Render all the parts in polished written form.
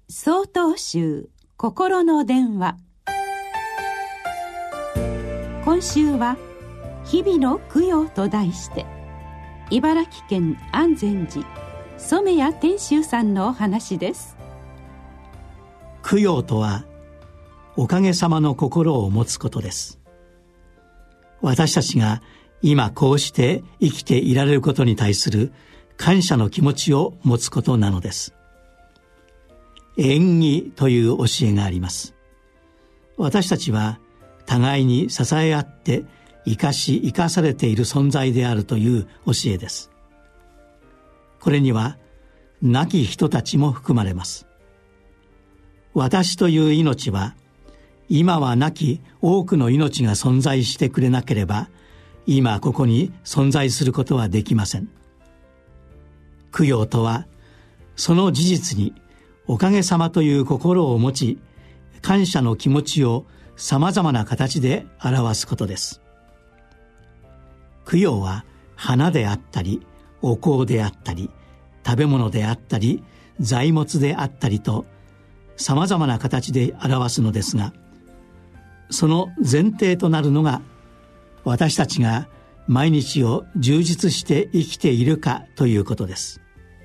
曹洞宗心の電話。今週は日々の供養と題して、茨城県安全寺染谷天秀さんのお話です。 供養とはおかげさまの心を持つことです。私たちが今こうして生きていられることに対する感謝の気持ちを持つことなのです。縁起という教えがあります。私たちは互いに支え合って生かし生かされている存在であるという教えです。これには亡き人たちも含まれます。私という命は今は亡き多くの命が存在してくれなければ今ここに存在することはできません。供養とはその事実におかげさまという心を持ち、感謝の気持ちをさまざまな形で表すことです。供養は花であったり、お香であったり、食べ物であったり、財物であったりと、さまざまな形で表すのですが、その前提となるのが、私たちが毎日を充実して生きているかということです。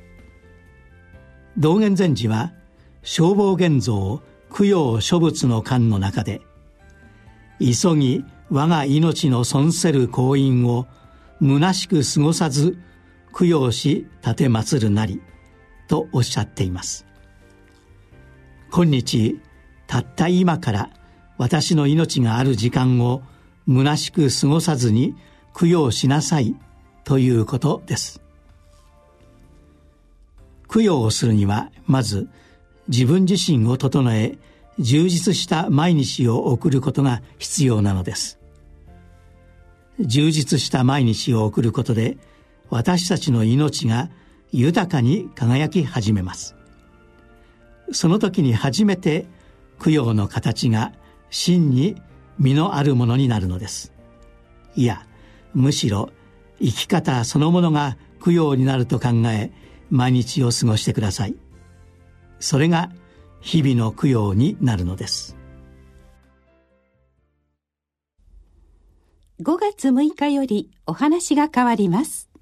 道元禅師は正法現像供養諸仏の観の中で、急ぎ我が命の損せる行因を虚しく過ごさず供養し奉るなりとおっしゃっています。今日たった今から私の命がある時間を虚しく過ごさずに供養しなさいということです。供養をするにはまず自分自身を整え充実した毎日を送ることが必要なのです。充実した毎日を送ることで私たちの命が豊かに輝き始めます。その時に初めて供養の形が真に実のあるものになるのです。いや、むしろ生き方そのものが供養になると考え毎日を過ごしてください。それが日々の供養になるのです。 5月6日よりお話が変わります。